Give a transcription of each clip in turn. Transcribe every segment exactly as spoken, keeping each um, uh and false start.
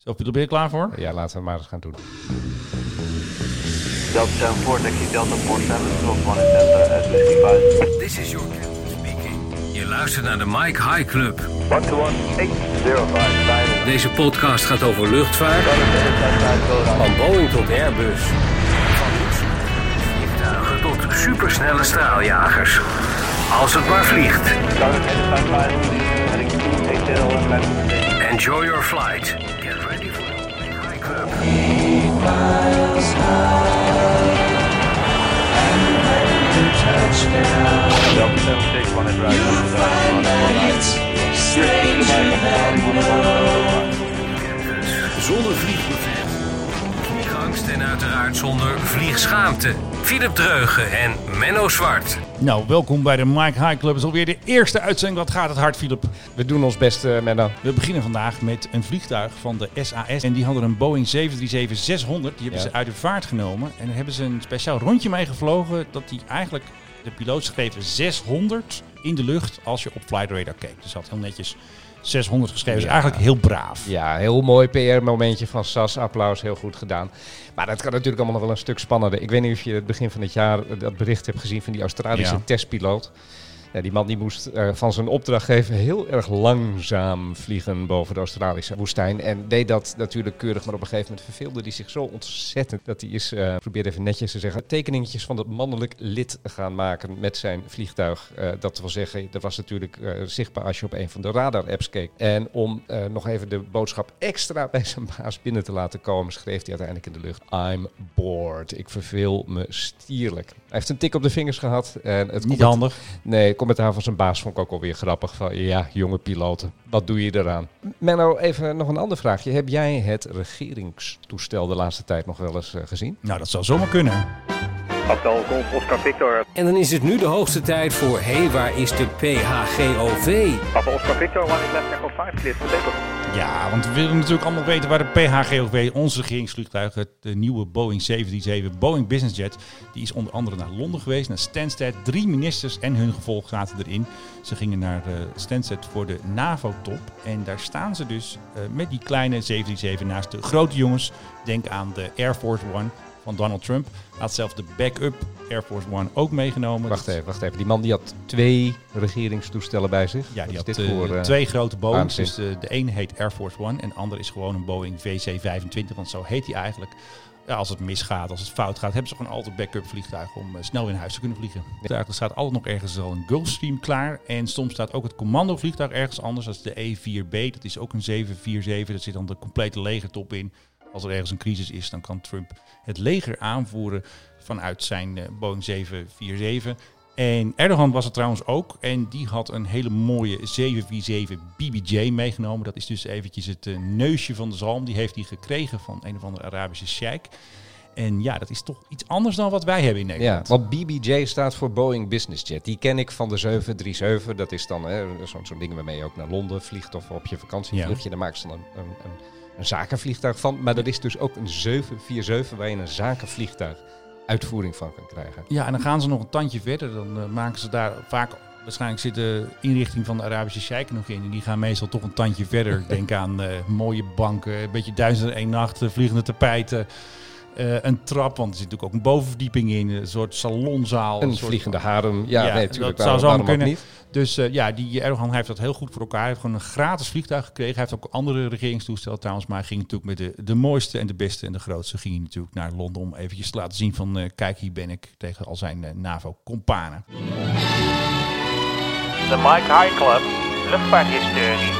Zo, Philip, ben je klaar voor? Ja, laten we maar eens gaan doen. Delta seven four, taxi Delta four seven, close one in center, as whiskey five. This is your captain speaking. Je luistert naar de Mike High Club. one two one, eight zero five. Deze podcast gaat over luchtvaart. Van Boeing tot Airbus. Van vliegtuigen tot supersnelle straaljagers. Als het maar vliegt. Enjoy your flight. Get ready for the Mike High Club. Delta seven six, one in drive. Zonder vliegbuffet, vliegangst en uiteraard zonder vliegschaamte. Philip Dreugen en Menno Zwart. Nou, welkom bij de Mike High Club. Het is alweer de eerste uitzending. Wat gaat het hard, Philip? We doen ons best, uh, Menno. We beginnen vandaag met een vliegtuig van de S A S. En die hadden een Boeing zeven drie zeven zeshonderd. Die hebben Ja. ze uit de vaart genomen. En daar hebben ze een speciaal rondje mee gevlogen. Dat die eigenlijk, de piloot schreef zeshonderd in de lucht als je op Flight Radar keek. Dus had heel netjes zeshonderd geschreven. Dus Ja. eigenlijk heel braaf. Ja, heel mooi P R-momentje van S A S. Applaus, heel goed gedaan. Maar dat kan natuurlijk allemaal nog wel een stuk spannender. Ik weet niet of je het begin van het jaar dat bericht hebt gezien van die Australische Ja. testpiloot. Ja, die man die moest uh, van zijn opdrachtgever heel erg langzaam vliegen boven de Australische woestijn. En deed dat natuurlijk keurig, maar op een gegeven moment verveelde hij zich zo ontzettend dat hij is, uh, probeerde even netjes te zeggen, tekeningetjes van het mannelijk lid gaan maken met zijn vliegtuig. Uh, dat wil zeggen, dat was natuurlijk uh, zichtbaar als je op een van de radar-apps keek. En om uh, nog even de boodschap extra bij zijn baas binnen te laten komen, schreef hij uiteindelijk in de lucht: I'm bored. Ik verveel me stierlijk. Hij heeft een tik op de vingers gehad. En het Niet comment- handig. Nee, het commentaar van zijn baas vond ik ook alweer grappig. Van ja, jonge piloten, wat doe je eraan? Menno, even nog een ander vraagje. Heb jij het regeringstoestel de laatste tijd nog wel eens uh, gezien? Nou, dat zou zomaar kunnen. Hotel Golf Oscar Victor. En dan is het nu de hoogste tijd voor hé, hey, waar is de P H G O V? Papa Oscar Victor, one is left echo five, clear for takeoff. Ja, want we willen natuurlijk allemaal weten waar de P H G O V, ons regeringsvliegtuig, het de nieuwe Boeing zeven drie zeven Boeing Business Jet, die is onder andere naar Londen geweest, naar Stansted. Drie ministers en hun gevolg zaten erin. Ze gingen naar uh, Stansted voor de NAVO-top. En daar staan ze dus uh, met die kleine zeven drie zeven naast de grote jongens. Denk aan de Air Force One van Donald Trump. Had zelfs de backup Air Force One ook meegenomen. Wacht Dat- even, wacht even. Die man die had twee regeringstoestellen bij zich. Ja, die Wat had is dit uh, voor, uh, twee grote Boeings. waanzin? Dus de, de ene heet Air Force One en de andere is gewoon een Boeing V C vijfentwintig. Want zo heet hij eigenlijk. Ja, als het misgaat, als het fout gaat, hebben ze gewoon altijd backup vliegtuigen om uh, snel in huis te kunnen vliegen. Ja. Er staat altijd nog ergens al een Gulfstream klaar. En soms staat ook het commandovliegtuig ergens anders. Dat is de E vier B. Dat is ook een zeven vier zeven. Daar zit dan de complete legertop in. Als er ergens een crisis is, dan kan Trump het leger aanvoeren vanuit zijn uh, Boeing zeven vier zeven. En Erdogan was er trouwens ook. En die had een hele mooie zeven vier zeven B B J meegenomen. Dat is dus eventjes het uh, neusje van de zalm. Die heeft hij gekregen van een of andere Arabische sheik. En ja, dat is toch iets anders dan wat wij hebben in Ja, Nederland. want B B J staat voor Boeing Business Jet. Die ken ik van de zeven drie zeven. Dat is dan hè, zo'n zo'n ding waarmee je ook naar Londen vliegt of op je vakantie Ja. vlieg je. Daar maken ze dan een, een, een, een zakenvliegtuig van. Maar dat is dus ook een zeven vier zeven waar je een zakenvliegtuig uitvoering van kan krijgen. Ja, en dan gaan ze nog een tandje verder. Dan uh, maken ze daar vaak, waarschijnlijk zit de inrichting van de Arabische sheik nog in. En die gaan meestal toch een tandje verder. Denk aan uh, mooie banken, een beetje duizend en één nacht, uh, vliegende tapijten. Uh, een trap, want er zit natuurlijk ook een bovenverdieping in. Een soort salonzaal. Een soort vliegende harem. Ja, Ja, nee, natuurlijk. dat zou waarom, zomaar waarom ook kunnen. niet? Dus uh, ja, die Erdogan heeft dat heel goed voor elkaar. Hij heeft gewoon een gratis vliegtuig gekregen. Hij heeft ook andere regeringstoestellen trouwens. Maar hij ging natuurlijk met de, de mooiste en de beste en de grootste ging hij natuurlijk naar Londen om eventjes te laten zien van uh, kijk, hier ben ik tegen al zijn uh, NAVO-companen. De Mike High Club, luchtvaarthistorie.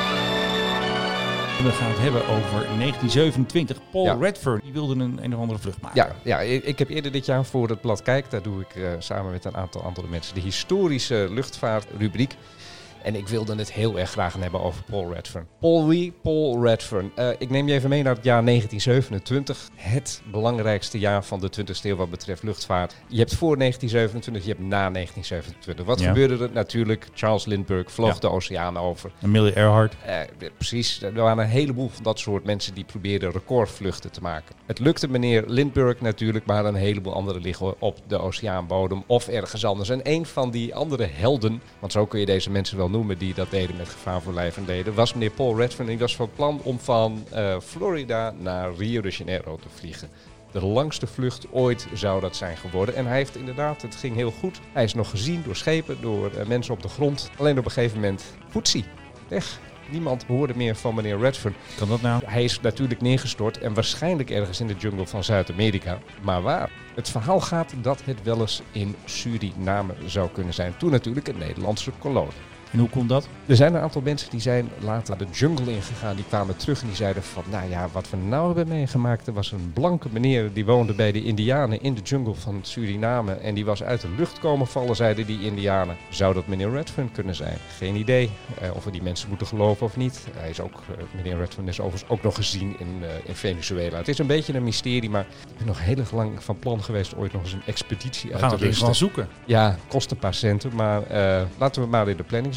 We gaan het hebben over negentien zevenentwintig. Paul Ja. Redfern, die wilde een, een of andere vlucht maken. Ja, ja, ik ik heb eerder dit jaar voor het blad Kijk, daar doe ik uh, samen met een aantal andere mensen de historische luchtvaartrubriek. En ik wilde het heel erg graag gaan hebben over Paul Redfern. Paul wie? Paul Redfern. Uh, ik neem je even mee naar het jaar negentien zevenentwintig. Het belangrijkste jaar van de twintigste eeuw wat betreft luchtvaart. Je hebt voor negentien zevenentwintig, je hebt na negentien zevenentwintig. Wat Ja. gebeurde er? Natuurlijk, Charles Lindbergh vloog Ja. de oceaan over. Amelia Earhart. Uh, precies, er waren een heleboel van dat soort mensen die probeerden recordvluchten te maken. Het lukte meneer Lindbergh natuurlijk, maar een heleboel anderen liggen op de oceaanbodem of ergens anders. En een van die andere helden, want zo kun je deze mensen wel noemen die dat deden met gevaar voor lijf en leden, was meneer Paul Redfern. Die was van plan om van uh, Florida naar Rio de Janeiro te vliegen. De langste vlucht ooit zou dat zijn geworden. En hij heeft inderdaad, het ging heel goed. Hij is nog gezien door schepen, door uh, mensen op de grond. Alleen op een gegeven moment, poetsie, weg. Niemand hoorde meer van meneer Redfern. Kan dat nou? Hij is natuurlijk neergestort en waarschijnlijk ergens in de jungle van Zuid-Amerika. Maar waar? Het verhaal gaat dat het wel eens in Suriname zou kunnen zijn. Toen natuurlijk een Nederlandse kolonie. En hoe komt dat? Er zijn een aantal mensen die zijn later de jungle ingegaan. Die kwamen terug en die zeiden van, nou ja, wat we nou hebben meegemaakt. Er was een blanke meneer die woonde bij de Indianen in de jungle van Suriname. En die was uit de lucht komen vallen, zeiden die Indianen. Zou dat meneer Redfern kunnen zijn? Geen idee uh, of we die mensen moeten geloven of niet. Hij is ook, uh, meneer Redfern is overigens ook nog gezien in, uh, in Venezuela. Het is een beetje een mysterie, maar ik ben nog heel erg lang van plan geweest ooit nog eens een expeditie We uit gaan te het eens rusten. gaan zoeken. Ja, kost een paar centen, maar uh, laten we maar in de planning zetten.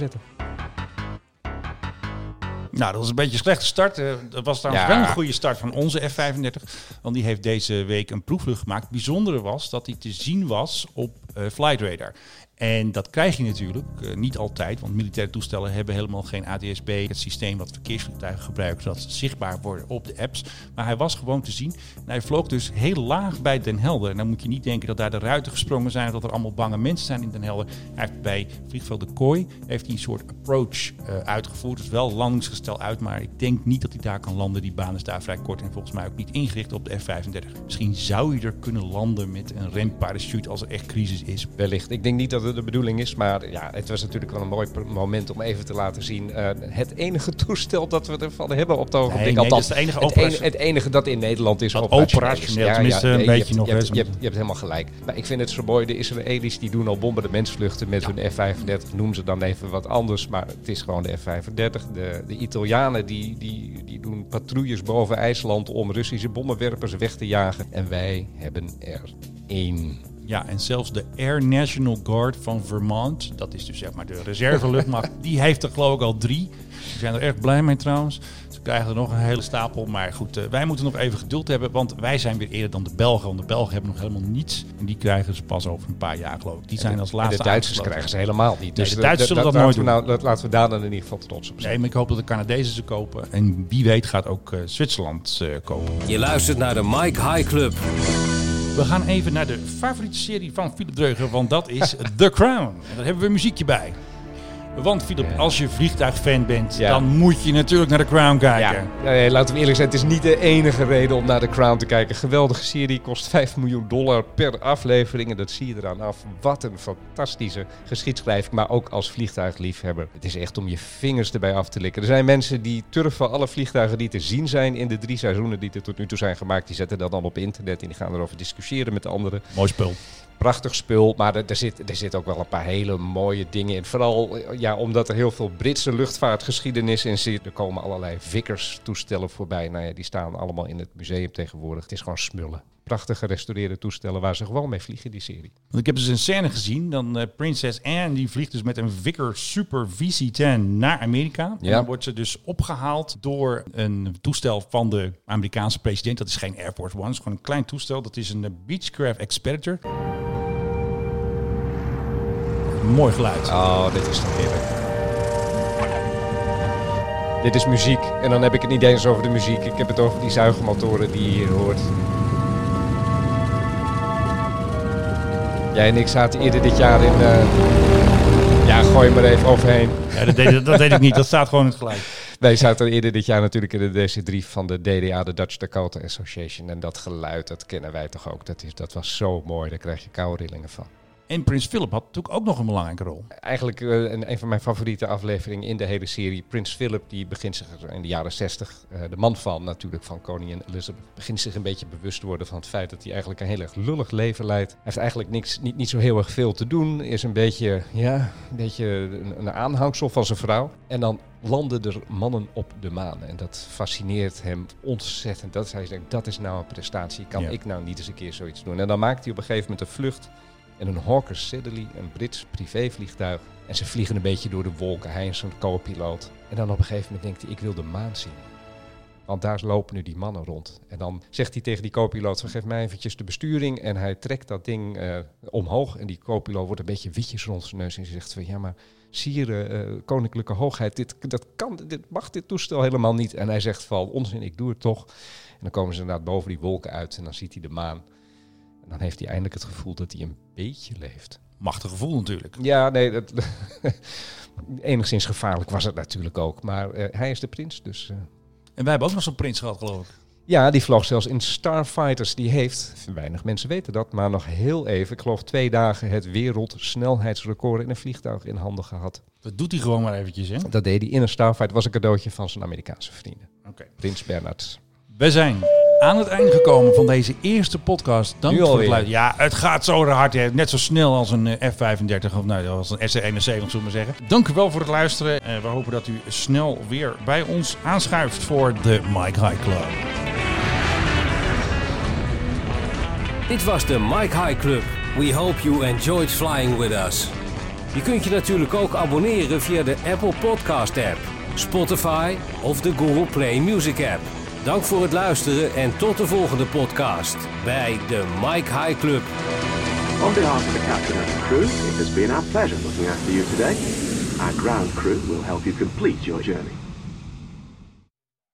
Nou, dat was een beetje een slechte start. Uh, dat was trouwens Ja. wel een goede start van onze F vijfendertig. Want die heeft deze week een proefvlucht gemaakt. Het bijzondere was dat hij te zien was op uh, Flight Radar. En dat krijg je natuurlijk uh, niet altijd, want militaire toestellen hebben helemaal geen A T S B, het systeem wat verkeersvliegtuigen gebruiken, zodat ze zichtbaar worden op de apps. Maar hij was gewoon te zien. En hij vloog dus heel laag bij Den Helder. En dan moet je niet denken dat daar de ruiten gesprongen zijn, of dat er allemaal bange mensen zijn in Den Helder. Hij heeft bij vliegveld De Kooi heeft hij een soort approach uh, uitgevoerd. Dus wel landingsgestel uit, maar ik denk niet dat hij daar kan landen. Die baan is daar vrij kort en volgens mij ook niet ingericht op de F vijfendertig. Misschien zou je er kunnen landen met een remparachute als er echt crisis is. Wellicht. Ik denk niet dat het de bedoeling is, maar ja, het was natuurlijk wel een mooi moment om even te laten zien. Uh, het enige toestel dat we ervan hebben op het ogenblik. Nee, nee, althans, dat is de enige het, operatie- enige, het enige dat in Nederland is. Dat operationeel. operationeel, tenminste, een nee, beetje je hebt, nog, Je hebt, hè. je, hebt, je hebt helemaal gelijk. Maar ik vind het zo mooi. De Israëli's die doen al bombardementsvluchten met Ja. hun F vijfendertig. Noem ze dan even wat anders, maar het is gewoon de F vijfendertig. De, de Italianen die, die, die doen patrouilles boven IJsland om Russische bommenwerpers weg te jagen. En wij hebben er één. Ja, en zelfs de Air National Guard van Vermont, dat is dus zeg maar de reserveluchtmacht, die heeft er geloof ik al drie. We zijn er erg blij mee trouwens. Ze krijgen er nog een hele stapel. Maar goed, uh, wij moeten nog even geduld hebben, want wij zijn weer eerder dan de Belgen. Want de Belgen hebben nog helemaal niets. En die krijgen ze pas over een paar jaar geloof ik. Die zijn als laatste En de Duitsers aangesloten. krijgen ze helemaal niet. Nee, de Duitsers zullen dat nooit laten we doen. Nou, dat- laten we daar dan in ieder geval trots op zijn. Nee, maar ik hoop dat de Canadezen ze kopen. En wie weet gaat ook uh, Zwitserland uh, kopen. Je luistert naar de Mike High Club. We gaan even naar de favoriete serie van Philip Dreuger, want dat is The Crown. En daar hebben we een muziekje bij. Want Philip, Ja. als je vliegtuigfan bent, Ja. dan moet je natuurlijk naar The Crown kijken. Ja, nee, laten we eerlijk zijn, het is niet de enige reden om naar The Crown te kijken. Geweldige serie, kost vijf miljoen dollar per aflevering. En dat zie je eraan af. Wat een fantastische geschiedschrijving, maar ook als vliegtuigliefhebber. Het is echt om je vingers erbij af te likken. Er zijn mensen die turven alle vliegtuigen die te zien zijn in de drie seizoenen die er tot nu toe zijn gemaakt. Die zetten dat dan op internet en die gaan erover discussiëren met de anderen. Mooi spul. Prachtig spul, maar er, er, zit, er zit ook wel een paar hele mooie dingen in. Vooral ja, omdat er heel veel Britse luchtvaartgeschiedenis in zit. Er komen allerlei Vickers toestellen voorbij. Nou ja, die staan allemaal in het museum tegenwoordig. Het is gewoon smullen. Prachtig gerestaureerde toestellen waar ze gewoon mee vliegen, die serie. Want ik heb dus een scène gezien. Dan uh, Prinses Anne die vliegt dus met een Vickers Super V C tien naar Amerika. En Ja. dan wordt ze dus opgehaald door een toestel van de Amerikaanse president. Dat is geen Air Force One, het is gewoon een klein toestel. Dat is een uh, Beechcraft Expeditor. Mooi geluid. Oh, dit is toch heerlijk. Dit is muziek. En dan heb ik het niet eens over de muziek. Ik heb het over die zuigermotoren die je hier hoort. Jij en ik zaten eerder dit jaar in... Uh... Ja, gooi hem er even overheen. Ja, dat, deed, dat deed ik niet, dat staat gewoon in het geluid. Wij zaten eerder dit jaar natuurlijk in de D C drie van de D D A, de Dutch Dakota Association. En dat geluid, dat kennen wij toch ook. Dat, is, dat was zo mooi, daar krijg je koude rillingen van. En Prins Philip had natuurlijk ook nog een belangrijke rol. Eigenlijk uh, een, een van mijn favoriete afleveringen in de hele serie. Prins Philip, die begint zich in de jaren zestig, uh, de man van natuurlijk van koningin Elizabeth, begint zich een beetje bewust te worden van het feit dat hij eigenlijk een heel erg lullig leven leidt. Hij heeft eigenlijk niks, niet, niet zo heel erg veel te doen. Is een beetje, ja, een beetje een, een aanhangsel van zijn vrouw. En dan landen er mannen op de maan. En dat fascineert hem ontzettend. Dat hij denkt, dat is nou een prestatie. Kan Ja. ik nou niet eens een keer zoiets doen? En dan maakt hij op een gegeven moment een vlucht en een Hawker Siddeley, een Brits privévliegtuig. En ze vliegen een beetje door de wolken. Hij en zijn co-piloot. En dan op een gegeven moment denkt hij, ik wil de maan zien. Want daar lopen nu die mannen rond. En dan zegt hij tegen die co-piloot, geef mij eventjes de besturing. En hij trekt dat ding uh, omhoog. En die co-piloot wordt een beetje witjes rond zijn neus. En hij zegt van, ja maar sire, uh, koninklijke hoogheid, dit, dat kan, dit mag dit toestel helemaal niet. En hij zegt van, onzin, ik doe het toch. En dan komen ze inderdaad boven die wolken uit. En dan ziet hij de maan. En dan heeft hij eindelijk het gevoel dat hij een beetje leeft. Machtig gevoel natuurlijk. Ja, nee, dat, enigszins gevaarlijk was het natuurlijk ook. Maar uh, hij is de prins, dus... Uh, En wij hebben ook nog zo'n prins gehad, geloof ik. Ja, die vloog zelfs in Starfighters. Die heeft, weinig mensen weten dat, maar nog heel even, ik geloof twee dagen, het wereldsnelheidsrecord in een vliegtuig in handen gehad. Dat doet hij gewoon maar eventjes, hè? Dat deed hij in een Starfighter. Was een cadeautje van zijn Amerikaanse vrienden. Okay. Prins Bernhard. We zijn aan het einde gekomen van deze eerste podcast. Dank voor het luisteren. Ja, het gaat zo hard. Hè. Net zo snel als een F vijfendertig of nou, als een S C eenenzeventig, zullen we maar zeggen. Dank u wel voor het luisteren. Uh, we hopen dat u snel weer bij ons aanschuift voor de Mike High Club. Dit was de Mike High Club. We hope you enjoyed flying with us. Je kunt je natuurlijk ook abonneren via de Apple Podcast app, Spotify of de Google Play Music app. Dank voor het luisteren en tot de volgende podcast bij de Mike High Club. On behalf of the captain and the crew, it has been our pleasure looking after you today. Our ground crew will help you complete your journey.